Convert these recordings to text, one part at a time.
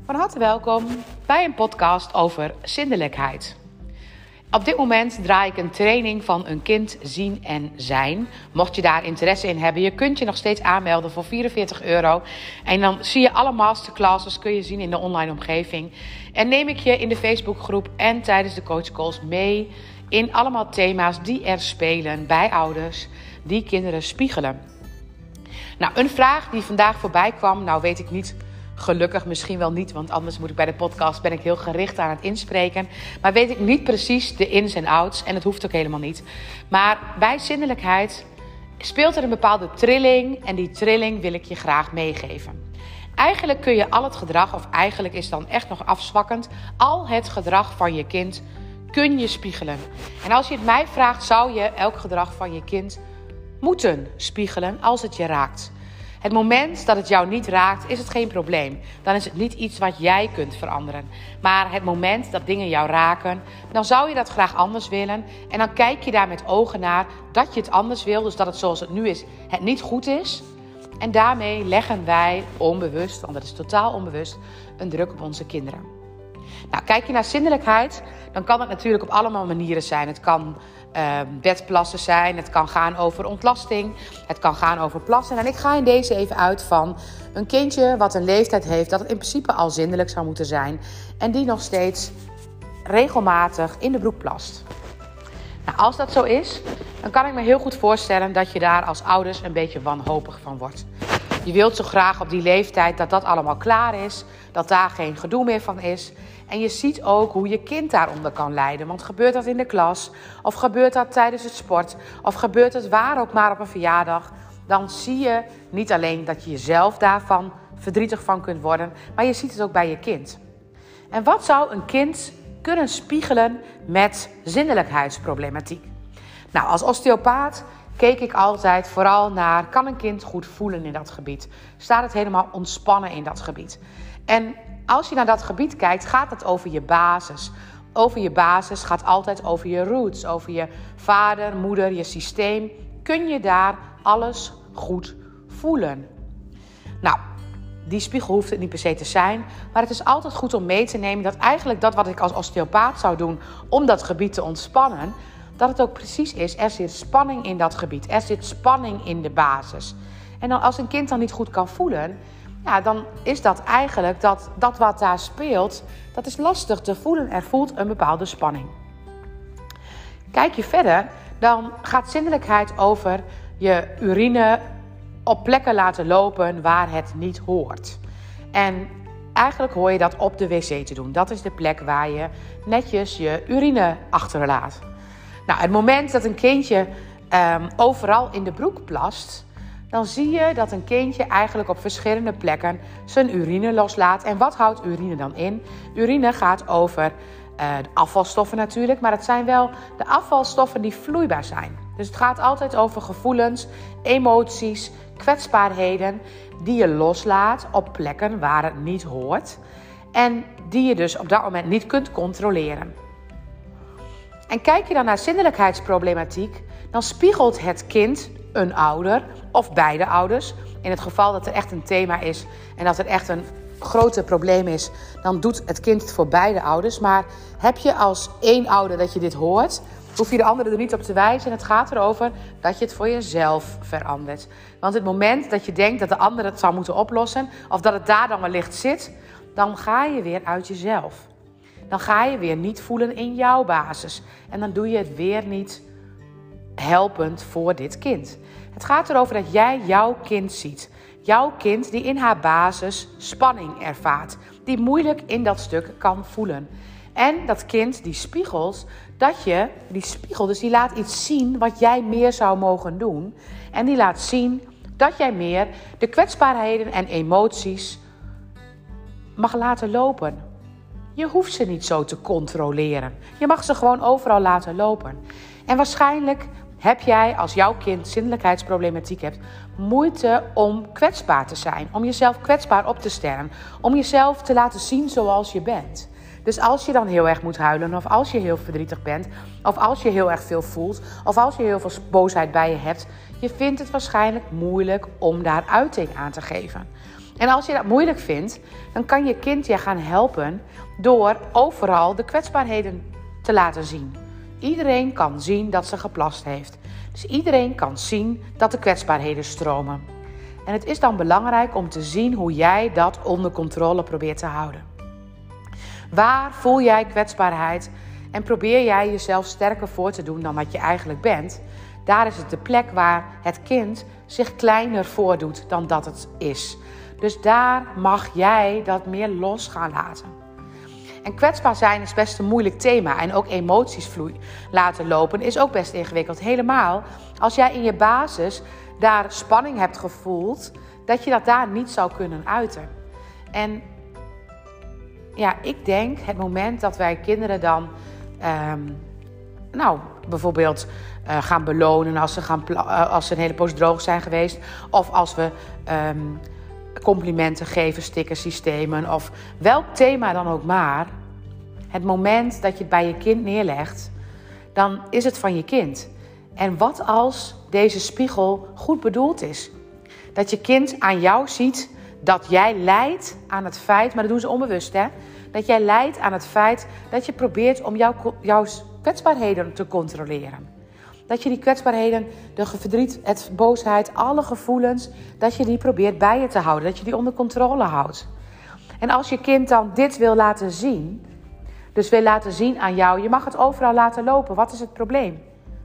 Van harte welkom bij een podcast over zindelijkheid. Op dit moment draai ik een training van een kind zien en zijn. Mocht je daar interesse in hebben, je kunt je nog steeds aanmelden voor €44. En dan zie je alle masterclasses, kun je zien in de online omgeving. En neem ik je in de Facebookgroep en tijdens de coachcalls mee in allemaal thema's die er spelen bij ouders die kinderen spiegelen. Nou, een vraag die vandaag voorbij kwam, nou weet ik niet, gelukkig misschien wel niet, want anders moet ik bij de podcast, ben ik heel gericht aan het inspreken. Maar weet ik niet precies de ins en outs en het hoeft ook helemaal niet. Maar bij zindelijkheid speelt er een bepaalde trilling en die trilling wil ik je graag meegeven. Eigenlijk kun je al het gedrag, of eigenlijk is dan echt nog afzwakkend, al het gedrag van je kind kun je spiegelen. En als je het mij vraagt, zou je elk gedrag van je kind moeten spiegelen als het je raakt. Het moment dat het jou niet raakt, is het geen probleem. Dan is het niet iets wat jij kunt veranderen. Maar het moment dat dingen jou raken, dan zou je dat graag anders willen. En dan kijk je daar met ogen naar dat je het anders wil. Dus dat het zoals het nu is, het niet goed is. En daarmee leggen wij onbewust, want dat is totaal onbewust, een druk op onze kinderen. Nou, kijk je naar zindelijkheid, dan kan het natuurlijk op allemaal manieren zijn. Het kan bedplassen zijn, het kan gaan over ontlasting, het kan gaan over plassen. En ik ga in deze even uit van een kindje wat een leeftijd heeft dat het in principe al zindelijk zou moeten zijn en die nog steeds regelmatig in de broek plast. Nou, als dat zo is, dan kan ik me heel goed voorstellen dat je daar als ouders een beetje wanhopig van wordt. Je wilt zo graag op die leeftijd dat dat allemaal klaar is, dat daar geen gedoe meer van is. En je ziet ook hoe je kind daaronder kan lijden. Want gebeurt dat in de klas, of gebeurt dat tijdens het sport, of gebeurt het waar ook maar op een verjaardag, dan zie je niet alleen dat je jezelf daarvan verdrietig van kunt worden, maar je ziet het ook bij je kind. En wat zou een kind kunnen spiegelen met zindelijkheidsproblematiek? Nou, als osteopaat keek ik altijd vooral naar, kan een kind goed voelen in dat gebied? Staat het helemaal ontspannen in dat gebied? En als je naar dat gebied kijkt, gaat het over je basis. Over je basis gaat altijd over je roots, over je vader, moeder, je systeem. Kun je daar alles goed voelen? Nou, die spiegel hoeft het niet per se te zijn, maar het is altijd goed om mee te nemen dat eigenlijk dat wat ik als osteopaat zou doen om dat gebied te ontspannen, dat het ook precies is, er zit spanning in dat gebied, er zit spanning in de basis. En dan als een kind dan niet goed kan voelen, ja, dan is dat eigenlijk dat wat daar speelt, dat is lastig te voelen. Er voelt een bepaalde spanning. Kijk je verder, dan gaat zindelijkheid over je urine op plekken laten lopen waar het niet hoort. En eigenlijk hoor je dat op de wc te doen. Dat is de plek waar je netjes je urine achterlaat. Nou, het moment dat een kindje overal in de broek plast, dan zie je dat een kindje eigenlijk op verschillende plekken zijn urine loslaat. En wat houdt urine dan in? Urine gaat over de afvalstoffen natuurlijk, maar het zijn wel de afvalstoffen die vloeibaar zijn. Dus het gaat altijd over gevoelens, emoties, kwetsbaarheden die je loslaat op plekken waar het niet hoort. En die je dus op dat moment niet kunt controleren. En kijk je dan naar zindelijkheidsproblematiek, dan spiegelt het kind een ouder of beide ouders. In het geval dat er echt een thema is en dat er echt een grote probleem is, dan doet het kind het voor beide ouders. Maar heb je als één ouder dat je dit hoort, hoef je de andere er niet op te wijzen. En het gaat erover dat je het voor jezelf verandert. Want het moment dat je denkt dat de ander het zou moeten oplossen, of dat het daar dan wellicht zit, dan ga je weer uit jezelf. Dan ga je weer niet voelen in jouw basis. En dan doe je het weer niet helpend voor dit kind. Het gaat erover dat jij jouw kind ziet. Jouw kind die in haar basis spanning ervaart. Die moeilijk in dat stuk kan voelen. En dat kind die spiegelt, die laat iets zien wat jij meer zou mogen doen. En die laat zien dat jij meer de kwetsbaarheden en emoties mag laten lopen. Je hoeft ze niet zo te controleren. Je mag ze gewoon overal laten lopen. En waarschijnlijk heb jij, als jouw kind zindelijkheidsproblematiek hebt, moeite om kwetsbaar te zijn. Om jezelf kwetsbaar op te stellen. Om jezelf te laten zien zoals je bent. Dus als je dan heel erg moet huilen, of als je heel verdrietig bent, of als je heel erg veel voelt, of als je heel veel boosheid bij je hebt, je vindt het waarschijnlijk moeilijk om daar uiting aan te geven. En als je dat moeilijk vindt, dan kan je kind je gaan helpen door overal de kwetsbaarheden te laten zien. Iedereen kan zien dat ze geplast heeft. Dus iedereen kan zien dat de kwetsbaarheden stromen. En het is dan belangrijk om te zien hoe jij dat onder controle probeert te houden. Waar voel jij kwetsbaarheid en probeer jij jezelf sterker voor te doen dan wat je eigenlijk bent? Daar is het de plek waar het kind zich kleiner voordoet dan dat het is. Dus daar mag jij dat meer los gaan laten. En kwetsbaar zijn is best een moeilijk thema. En ook emoties laten lopen is ook best ingewikkeld. Helemaal als jij in je basis daar spanning hebt gevoeld, dat je dat daar niet zou kunnen uiten. En ja, ik denk het moment dat wij kinderen dan bijvoorbeeld gaan belonen als ze een hele poos droog zijn geweest. Of als we complimenten geven, stickersystemen of welk thema dan ook maar. Het moment dat je het bij je kind neerlegt, dan is het van je kind. En wat als deze spiegel goed bedoeld is? Dat je kind aan jou ziet dat jij lijdt aan het feit, maar dat doen ze onbewust hè. Dat jij lijdt aan het feit dat je probeert om jouw kwetsbaarheden te controleren. Dat je die kwetsbaarheden, de verdriet, het boosheid, alle gevoelens, dat je die probeert bij je te houden. Dat je die onder controle houdt. En als je kind dan dit wil laten zien, dus wil laten zien aan jou, je mag het overal laten lopen. Wat is het probleem?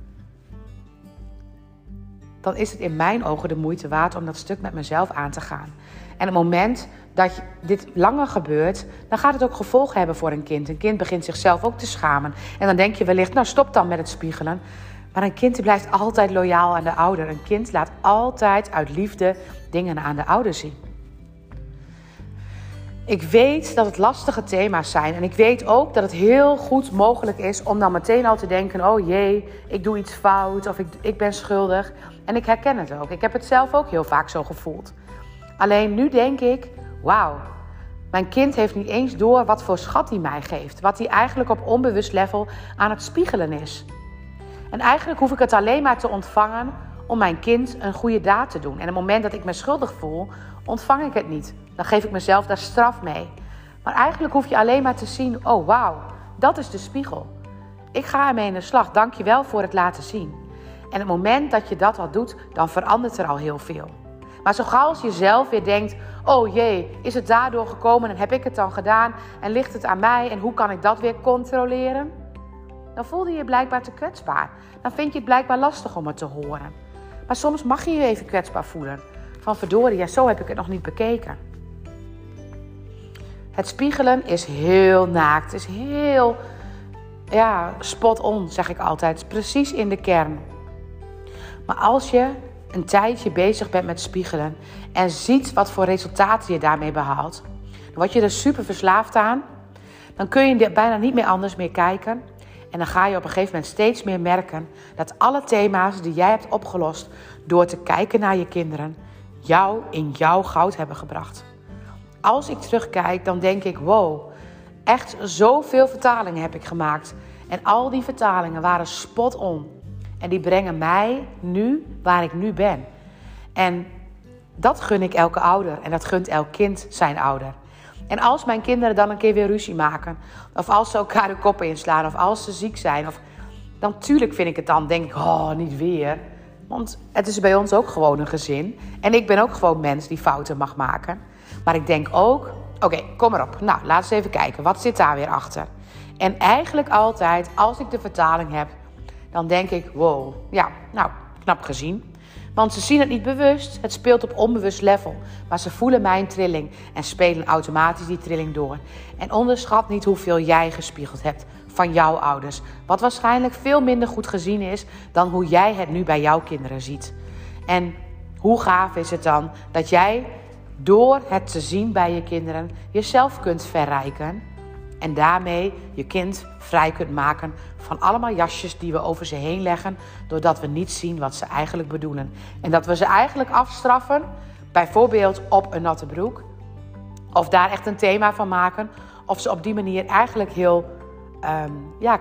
Dan is het in mijn ogen de moeite waard om dat stuk met mezelf aan te gaan. En op het moment dat dit langer gebeurt, dan gaat het ook gevolgen hebben voor een kind. Een kind begint zichzelf ook te schamen. En dan denk je wellicht, nou stop dan met het spiegelen. Maar een kind blijft altijd loyaal aan de ouder. Een kind laat altijd uit liefde dingen aan de ouder zien. Ik weet dat het lastige thema's zijn. En ik weet ook dat het heel goed mogelijk is om dan meteen al te denken, oh jee, ik doe iets fout of ik ben schuldig. En ik herken het ook. Ik heb het zelf ook heel vaak zo gevoeld. Alleen nu denk ik, wauw, mijn kind heeft niet eens door wat voor schat hij mij geeft. Wat hij eigenlijk op onbewust level aan het spiegelen is. En eigenlijk hoef ik het alleen maar te ontvangen om mijn kind een goede daad te doen. En op het moment dat ik me schuldig voel, ontvang ik het niet. Dan geef ik mezelf daar straf mee. Maar eigenlijk hoef je alleen maar te zien, oh wauw, dat is de spiegel. Ik ga ermee in de slag, dank je wel voor het laten zien. En op het moment dat je dat al doet, dan verandert er al heel veel. Maar zo gauw als je zelf weer denkt, oh jee, is het daardoor gekomen en heb ik het dan gedaan? En ligt het aan mij en hoe kan ik dat weer controleren? Dan voelde je je blijkbaar te kwetsbaar. Dan vind je het blijkbaar lastig om het te horen. Maar soms mag je je even kwetsbaar voelen. Van verdorie, ja, zo heb ik het nog niet bekeken. Het spiegelen is heel naakt. Het is heel spot on, zeg ik altijd. Precies in de kern. Maar als je een tijdje bezig bent met spiegelen en ziet wat voor resultaten je daarmee behaalt, dan word je er super verslaafd aan. Dan kun je bijna niet meer anders meer kijken. En dan ga je op een gegeven moment steeds meer merken dat alle thema's die jij hebt opgelost door te kijken naar je kinderen, jou in jouw goud hebben gebracht. Als ik terugkijk, dan denk ik, wow, echt zoveel vertalingen heb ik gemaakt. En al die vertalingen waren spot on. En die brengen mij nu waar ik nu ben. En dat gun ik elke ouder. En dat gunt elk kind zijn ouder. En als mijn kinderen dan een keer weer ruzie maken, of als ze elkaar de koppen inslaan, of als ze ziek zijn, dan natuurlijk vind ik het dan, denk ik, oh, niet weer. Want het is bij ons ook gewoon een gezin. En ik ben ook gewoon mens die fouten mag maken. Maar ik denk ook, oké, kom maar op. Nou, laten we even kijken. Wat zit daar weer achter? En eigenlijk altijd, als ik de vertaling heb, dan denk ik, wow, ja, nou, knap gezien. Want ze zien het niet bewust, het speelt op onbewust level. Maar ze voelen mijn trilling en spelen automatisch die trilling door. En onderschat niet hoeveel jij gespiegeld hebt van jouw ouders. Wat waarschijnlijk veel minder goed gezien is dan hoe jij het nu bij jouw kinderen ziet. En hoe gaaf is het dan dat jij door het te zien bij je kinderen jezelf kunt verrijken. En daarmee je kind vrij kunt maken van allemaal jasjes die we over ze heen leggen, doordat we niet zien wat ze eigenlijk bedoelen. En dat we ze eigenlijk afstraffen, bijvoorbeeld op een natte broek. Of daar echt een thema van maken. Of ze op die manier eigenlijk heel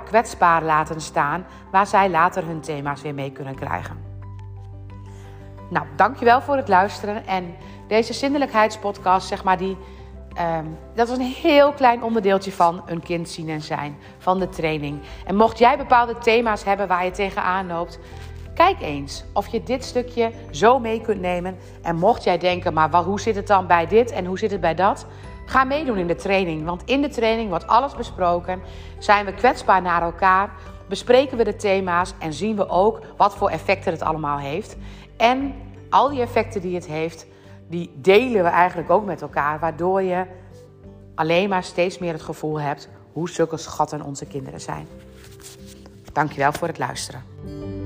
kwetsbaar laten staan, waar zij later hun thema's weer mee kunnen krijgen. Nou, dankjewel voor het luisteren. En deze zindelijkheidspodcast, zeg maar, dat is een heel klein onderdeeltje van een kind zien en zijn, van de training. En mocht jij bepaalde thema's hebben waar je tegenaan loopt, kijk eens of je dit stukje zo mee kunt nemen. En mocht jij denken, maar hoe zit het dan bij dit en hoe zit het bij dat? Ga meedoen in de training, want in de training wordt alles besproken. Zijn we kwetsbaar naar elkaar, bespreken we de thema's en zien we ook wat voor effecten het allemaal heeft. En al die effecten die het heeft, die delen we eigenlijk ook met elkaar, waardoor je alleen maar steeds meer het gevoel hebt hoe zulke schatten onze kinderen zijn. Dankjewel voor het luisteren.